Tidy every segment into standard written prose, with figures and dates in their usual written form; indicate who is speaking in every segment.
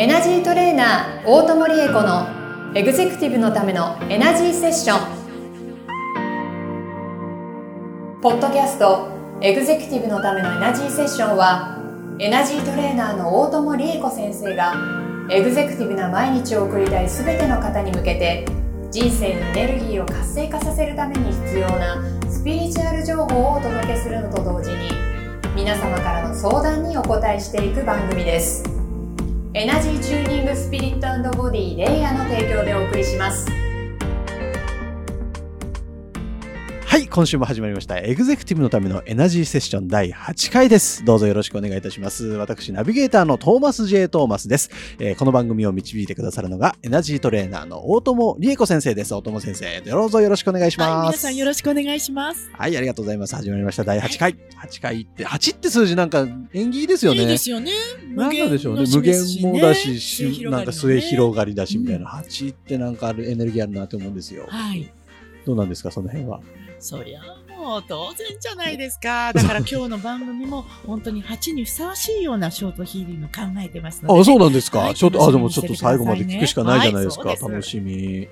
Speaker 1: エナジートレーナー大友理恵子のエグゼクティブのためのエナジーセッション。ポッドキャストエグゼクティブのためのエナジーセッションは、エナジートレーナーの大友理恵子先生がエグゼクティブな毎日を送りたいすべての方に向けて、人生のエネルギーを活性化させるために必要なスピリチュアル情報をお届けするのと同時に、皆様からの相談にお答えしていく番組です。エナジーチューニングスピリット&ボディレイヤーの提供でお送りします。
Speaker 2: はい、今週も始まりましたエグゼクティブのためのエナジーセッション第8回です。どうぞよろしくお願いいたします。私ナビゲーターのトーマス J トーマスです。この番組を導いてくださるのがエナジートレーナーの大友理恵子先生です。大友先生、どうぞよろしくお願いします。
Speaker 3: はい、皆さんよろしくお願いします。
Speaker 2: はい、ありがとうございます。始まりました第8回、8回って8って数字なんか縁起いいですよね。
Speaker 3: いいですよね。
Speaker 2: なんでしょうね。無限もだし、なんか末広がりだしみたいな、8ってなんかあるエネルギーあるなと思うんですよ。
Speaker 3: はい。
Speaker 2: どうなんですか、その辺は。
Speaker 3: そりゃもう当然じゃないですか。だから今日の番組も本当に8にふさわしいようなショートヒーリング考えてますので、ね。
Speaker 2: あ、そうなんですか。
Speaker 3: はい、
Speaker 2: でもちょっと最後まで聞くしかないじゃないですか。はい、楽しみ。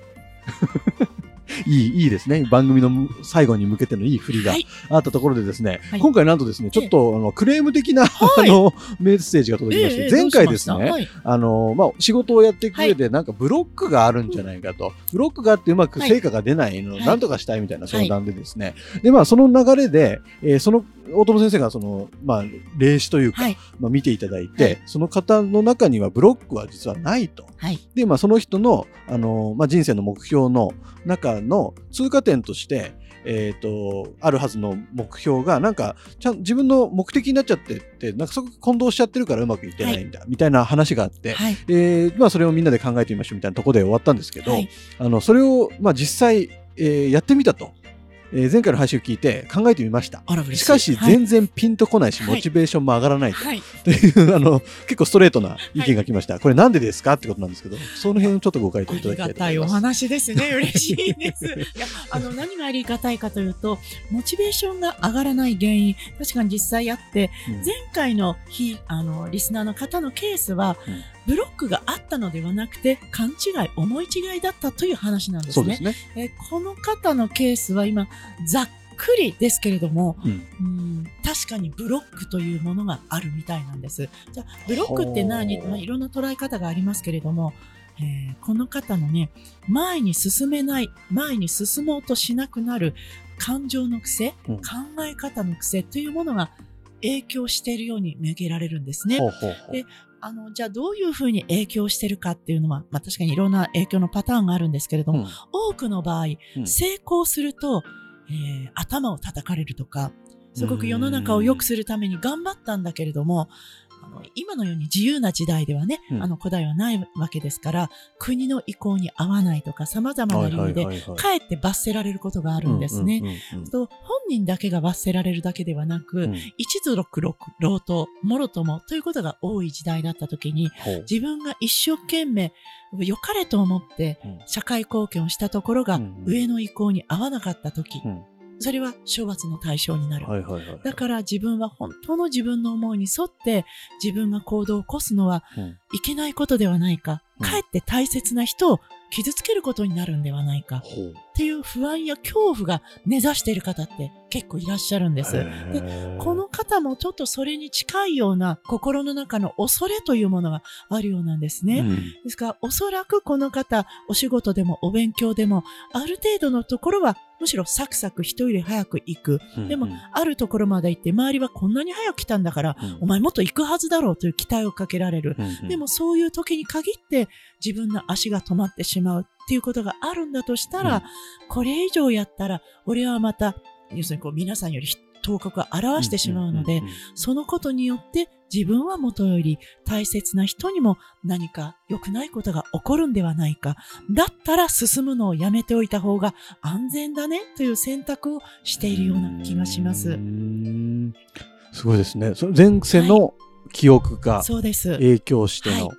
Speaker 2: いいですね。番組の最後に向けてのいい振りがあったところでですね、はい、今回なんとですね、ちょっとクレーム的な、はい、メッセージが届きまして、前回ですね、はい、仕事をやっていく上でなんかブロックがあるんじゃないかと、ブロックがあってうまく成果が出ないのをなんとかしたいみたいな相談でですね、でその流れで、その大友先生が霊視というか、見ていただいて、その方の中にはブロックは実はないと。で、その人の、人生の目標の中の通過点として、あるはずの目標が、なんか、自分の目的になっちゃってって、なんかそこ混同しちゃってるからうまくいってないんだ、みたいな話があって、それをみんなで考えてみましょうみたいなところで終わったんですけど、それを、実際、やってみたと。前回の配信を聞いて考えてみました。しかし全然ピンとこないし、モチベーションも上がらないという結構ストレートな意見が来ました。これなんでですかってことなんですけど、その辺をちょっとご回答いただきたいと思います。
Speaker 3: ありがたいお話ですね。嬉しいです。いや何がありがたいかというと、モチベーションが上がらない原因、確かに実際あって、前回のリスナーの方のケースは、ブロックがあったのではなくて勘違い、思い違いだったという話なんですね。
Speaker 2: そうですね。
Speaker 3: この方のケースは今ざっくりですけれども、確かにブロックというものがあるみたいなんです。じゃあブロックって何？いろんな捉え方がありますけれども、この方のね、前に進めない、前に進もうとしなくなる感情の癖、考え方の癖というものが影響しているように見受けられるんですね。で、じゃあどういうふうに影響してるかっていうのは、確かにいろんな影響のパターンがあるんですけれども、多くの場合、成功すると、頭を叩かれるとか、すごく世の中を良くするために頑張ったんだけれども、今のように自由な時代ではね、古代はないわけですから、国の意向に合わないとか、様々な理由で、かえって罰せられることがあるんですね。本人だけが罰せられるだけではなく、一族老頭、もろともということが多い時代だったときに、自分が一生懸命、良かれと思って、社会貢献をしたところが、上の意向に合わなかったとき、それは処罰の対象になる。だから自分は本当の自分の思いに沿って自分が行動を起こすのはいけないことではないか。かえって大切な人を傷つけることになるんではないか。っていう不安や恐怖が根ざしている方って結構いらっしゃるんです。で、この方もちょっとそれに近いような心の中の恐れというものがあるようなんですね。ですからおそらくこの方、お仕事でもお勉強でもある程度のところはむしろサクサク人より早く行く。でも、あるところまで行って、周りはこんなに早く来たんだから、お前もっと行くはずだろうという期待をかけられる。でも、そういう時に限って、自分の足が止まってしまうっていうことがあるんだとしたら、これ以上やったら、俺はまた、要するに皆さんより頭角を表してしまうので、そのことによって自分はもとより大切な人にも何か良くないことが起こるんではないか。だったら進むのをやめておいた方が安全だねという選択をしているような気がします。
Speaker 2: すごいですね。その前世の記憶が影響しての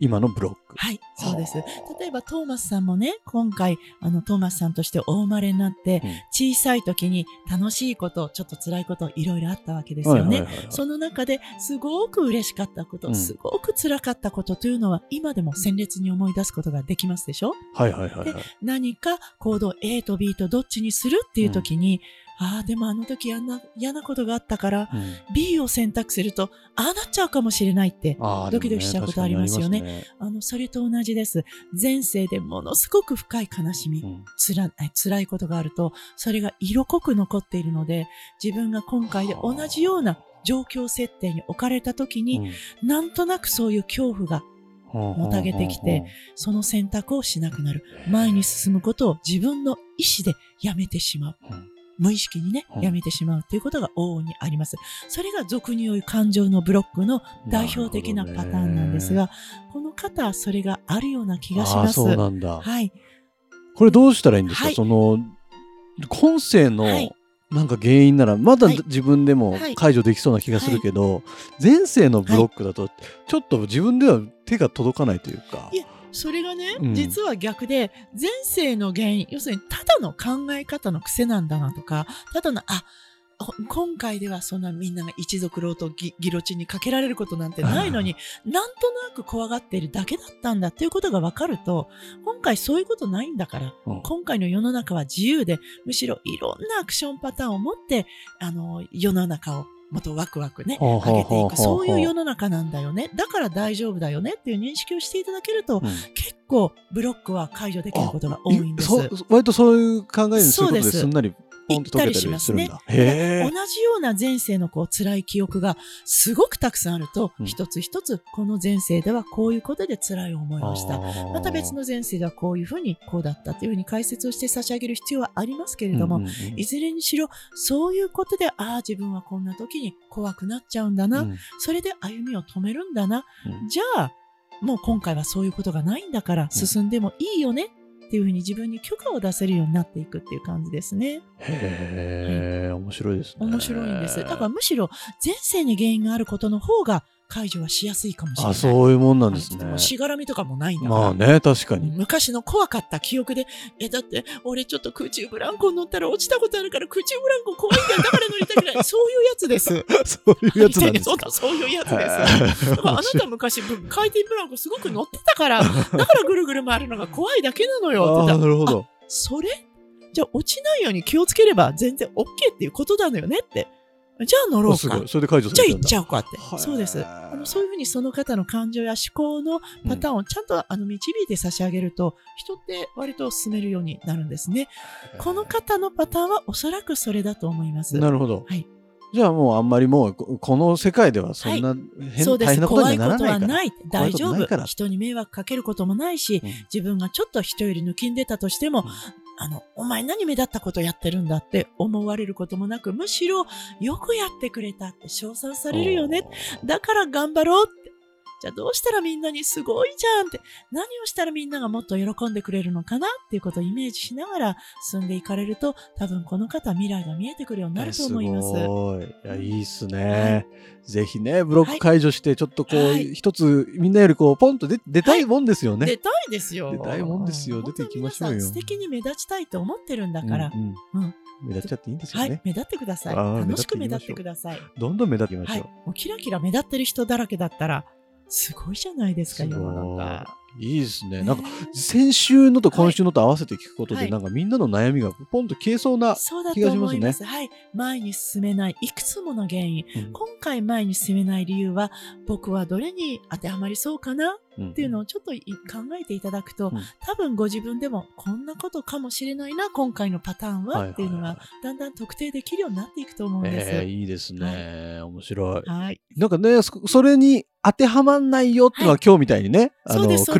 Speaker 2: 今のブロック。
Speaker 3: はい、そうです。例えばトーマスさんもね、今回トーマスさんとしてお生まれになって、小さい時に楽しいこと、ちょっと辛いこといろいろあったわけですよね。その中ですごく嬉しかったこと、すごく辛かったことというのは今でも鮮烈に思い出すことができますでしょ。で、何か行動 A と B とどっちにするっていう時に、でもあの時嫌なことがあったから、B を選択すると、なっちゃうかもしれないって、ドキドキしちゃうことありますよね。それと同じです。前世でものすごく深い悲しみ、辛いことがあると、それが色濃く残っているので、自分が今回で同じような状況設定に置かれた時に、なんとなくそういう恐怖がもたげてきて、その選択をしなくなる。前に進むことを自分の意思でやめてしまう。無意識にね、やめてしまうということが往々にあります。それが俗に言う感情のブロックの代表的なパターンなんですが、この方はそれがあるような気がします。
Speaker 2: そうなんだ。
Speaker 3: はい。
Speaker 2: これどうしたらいいんですか？その、今世のなんか原因なら、まだ自分でも解除できそうな気がするけど、前世のブロックだと、ちょっと自分では手が届かないというか。
Speaker 3: それがね、実は逆で、前世の原因、要するにただの考え方の癖なんだなとか、ただの、今回ではそんなみんなが一族老とギロチンにかけられることなんてないのに、なんとなく怖がっているだけだったんだっていうことが分かると、今回そういうことないんだから、今回の世の中は自由で、むしろいろんなアクションパターンを持って、世の中をもっとワクワクね、上げていく。そういう世の中なんだよね。だから大丈夫だよねっていう認識をしていただけると、結構ブロックは解除できることが多いんです。
Speaker 2: 割とそういう考えにすることですんなりポンと解けたりするんだ。
Speaker 3: 行ったりしますね。同じような前世の辛い記憶がすごくたくさんあると、一つ一つこの前世ではこういうことで辛い思いをした。また別の前世ではこういうふうにこうだったというふうに解説をして差し上げる必要はありますけれども、いずれにしろそういうことで、自分はこんな時に怖くなっちゃうんだな。それで歩みを止めるんだな。じゃあ、もう今回はそういうことがないんだから進んでもいいよね。っていうふうに自分に許可を出せるようになっていくっていう感じですね。
Speaker 2: 面白いですね。
Speaker 3: 面白いんです。だからむしろ前世に原因があることの方が解除はしやすいかもしれない。
Speaker 2: そういうもんなんですね。
Speaker 3: しがらみとかもないんだから。
Speaker 2: まあね、確かに。
Speaker 3: 昔の怖かった記憶で、だって俺ちょっと空中ブランコ乗ったら落ちたことあるから空中ブランコ怖いんだよ。だから乗りたくない。そういうやつです。
Speaker 2: そういうやつなんですか。
Speaker 3: そういうやつです。だからあなた昔回転ブランコすごく乗ってたから、だからぐるぐる回るのが怖いだけなのよ。
Speaker 2: なるほど。
Speaker 3: それじゃあ落ちないように気をつければ全然 OK っていうことなのよねって。じゃあ乗ろうか。
Speaker 2: それで解除するんだ。
Speaker 3: じゃあ行っちゃうかって。そうです。そういうふうにその方の感情や思考のパターンをちゃんと導いて差し上げると、人って割と進めるようになるんですね。この方のパターンはおそらくそれだと思います。
Speaker 2: なるほど。
Speaker 3: はい。
Speaker 2: じゃあもうあんまりもうこの世界ではそんな大変なことにはならないから。怖いことはない。
Speaker 3: 大丈夫。人に迷惑かけることもないし、自分がちょっと人より抜きんでたとしても、お前何目立ったことやってるんだって思われることもなく、むしろよくやってくれたって称賛されるよね。だから頑張ろうって。じゃあどうしたらみんなにすごいじゃんって、何をしたらみんながもっと喜んでくれるのかなっていうことをイメージしながら進んでいかれると、多分この方未来が見えてくるようになると思います。
Speaker 2: すごい。いや、いいっすね。ぜひね、ブロック解除して、ちょっと一つみんなよりポンと出たいもんですよね。
Speaker 3: 出たいですよ。
Speaker 2: 出たいもんですよ。出ていきましょうよ。
Speaker 3: 素敵に目立ちたいと思ってるんだから。
Speaker 2: 目立っちゃっていいんですよね。
Speaker 3: 目立ってください。楽しく目立ってください。
Speaker 2: どんどん目立っていきましょう。
Speaker 3: もうキラキラ目立ってる人だらけだったら、すごいじゃないですか、世の中。
Speaker 2: いいですね。なんか、先週のと今週のと合わせて聞くことで、なんかみんなの悩みがポンと消えそうな気がしますね。
Speaker 3: はい。前に進めないいくつもの原因。今回前に進めない理由は、僕はどれに当てはまりそうかなっていうのをちょっと考えていただくと、多分ご自分でもこんなことかもしれないな、今回のパターンはっていうのがだんだん特定できるようになっていくと思うんです。
Speaker 2: いいですね。面白い。
Speaker 3: はい。
Speaker 2: なんかね、それに当てはまんないよっていうのは今日みたいにね、ク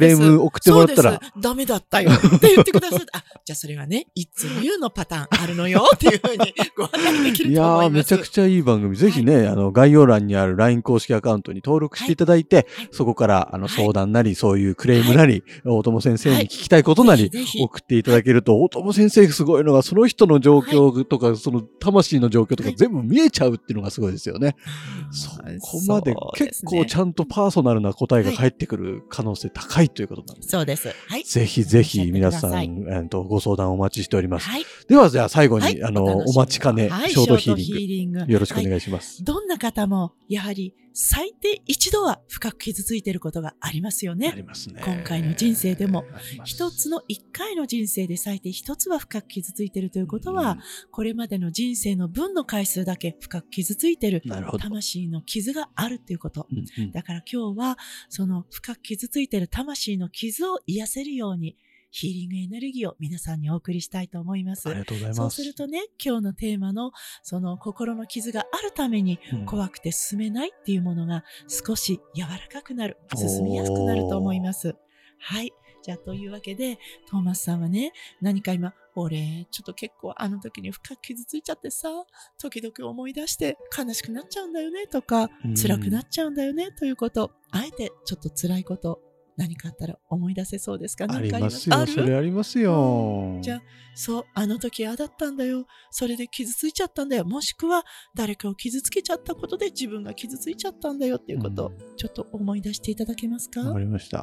Speaker 2: レーム送ってもらったら。
Speaker 3: ダメだったよって言ってくださって、じゃあそれはね、いつも言うのパターンあるのよっていうふうにご案内できると思います。
Speaker 2: めちゃくちゃいい番組。ぜひね、概要欄にある LINE 公式アカウントに登録していただいて、そこから相談なり、そういうクレームなり、大友先生に聞きたいことなり、送っていただけると、大友先生すごいのが、その人の状況とか、その魂の状況とか全部見えちゃうっていうのがすごいですよね。そこまで結構ちゃんとパーソナルな答えが返ってくる可能性高いということなんです。
Speaker 3: そうです。はい。
Speaker 2: ぜひぜひ皆さん、ご相談お待ちしております。では、じゃあ最後に、お待ちかね、ショートヒーリング。よろしくお願いします。
Speaker 3: どんな方も、やはり最低一度は深く傷ついていることがありますよね。
Speaker 2: ありますね。
Speaker 3: 今回の人生でも、一つの一回の人生で最低一つは深く傷ついているということは、これまでの人生の分の回数だけ深く傷ついている、魂の傷があるということ。だから今日は、その深く傷ついている魂の傷を癒せるように、ヒーリングエネルギーを皆さんにお送りしたいと思います。
Speaker 2: ありがとうございます。
Speaker 3: そうするとね、今日のテーマのその心の傷があるために怖くて進めないっていうものが少し柔らかくなる、進みやすくなると思います。はい。じゃあというわけで、トーマスさんはね、何か今、俺、ちょっと結構あの時に深く傷ついちゃってさ、時々思い出して悲しくなっちゃうんだよねとか、辛くなっちゃうんだよねということ、あえてちょっと辛いこと、何かあったら思い出せそうですか？
Speaker 2: ありますよ。それありますよ。
Speaker 3: じゃあ、そう、あの時ああだったんだよ。それで傷ついちゃったんだよ。もしくは、誰かを傷つけちゃったことで自分が傷ついちゃったんだよっていうこと、ちょっと思い出していただけますか？
Speaker 2: わかりました。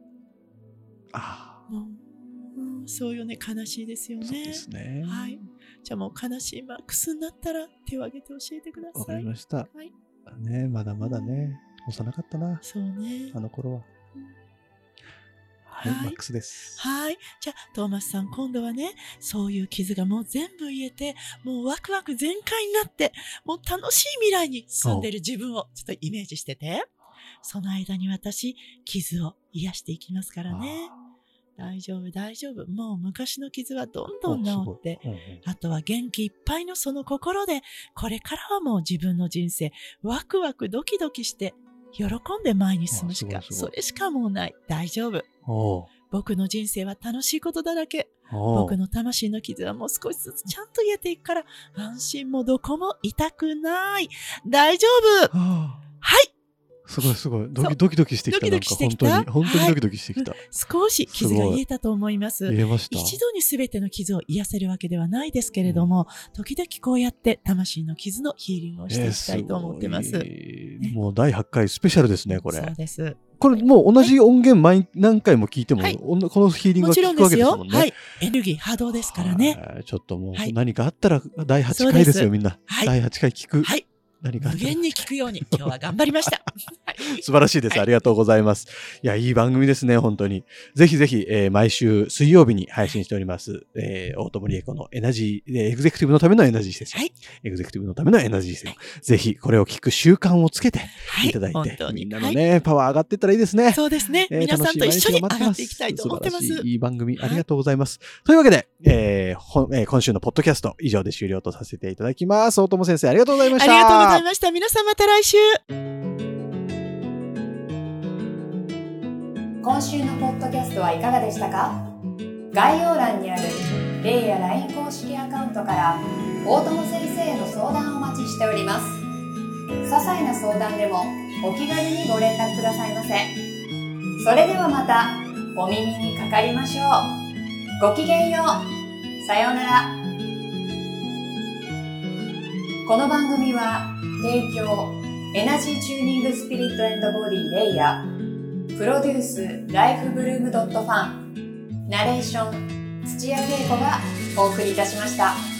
Speaker 3: そういうね、悲しいですよね。
Speaker 2: そうですね。
Speaker 3: はい。じゃあもう悲しいマックスになったら手を挙げて教えてください。
Speaker 2: わかりました。
Speaker 3: はい。
Speaker 2: ね、まだまだね、幼かったな。
Speaker 3: そうね。
Speaker 2: あの頃は。はい、マックスです。
Speaker 3: はい。じゃあ、トーマスさん、今度はね、そういう傷がもう全部癒えて、もうワクワク全開になって、もう楽しい未来に進んでいる自分をちょっとイメージしてて、その間に私、傷を癒していきますからね。大丈夫、大丈夫。もう昔の傷はどんどん治って、あとは元気いっぱいのその心で、これからはもう自分の人生、ワクワクドキドキして、喜んで前に進むしか、それしかもうない。大丈夫。僕の人生は楽しいことだらけ。僕の魂の傷はもう少しずつちゃんと癒えていくから、安心もどこも痛くない。大丈夫。はい。
Speaker 2: すごいすごい。ドキドキしてきた。なんか本当にドキドキしてきた。
Speaker 3: 少し傷が癒えたと思います。
Speaker 2: 癒えました。
Speaker 3: 一度に全ての傷を癒せるわけではないですけれども、時々こうやって魂の傷のヒーリングをしていきたいと思ってます。
Speaker 2: もう第8回スペシャルですね、これ。
Speaker 3: そうです。
Speaker 2: これもう同じ音源何回も聞いても、このヒーリングが聞くわけですもんね。
Speaker 3: はい。エネルギー波動ですからね。
Speaker 2: ちょっともう何かあったら第8回ですよ、みんな。第8回聞く。
Speaker 3: はい。無限に聞くように今日は頑張りました。
Speaker 2: 素晴らしいです。ありがとうございます。いや、いい番組ですね、本当に。ぜひぜひ、毎週水曜日に配信しております、大友理恵子のエナジー、エグゼクティブのためのエナジーセッション。エグゼクティブのためのエナジーセッション。ぜひ、これを聞く習慣をつけていただいて、みんなのね、パワー上がっていったらいいですね。
Speaker 3: そうですね。皆さんと一緒に上がっていきたいと思ってます。
Speaker 2: いい番組、ありがとうございます。というわけで、今週のポッドキャスト、以上で終了とさせていただきます。大友先生、ありがとうございました。
Speaker 3: ありがとうございました。皆さんまた来週。
Speaker 1: 今週のポッドキャストはいかがでしたか？概要欄にあるレイや LINE 公式アカウントから大友先生への相談をお待ちしております。些細な相談でもお気軽にご連絡くださいませ。それではまたお耳にかかりましょう。ごきげんよう。さようなら。この番組は提供エナジーチューニングスピリット&ボディレイヤー、プロデュースライフブルームドットファン、ナレーション土屋恵子がお送りいたしました。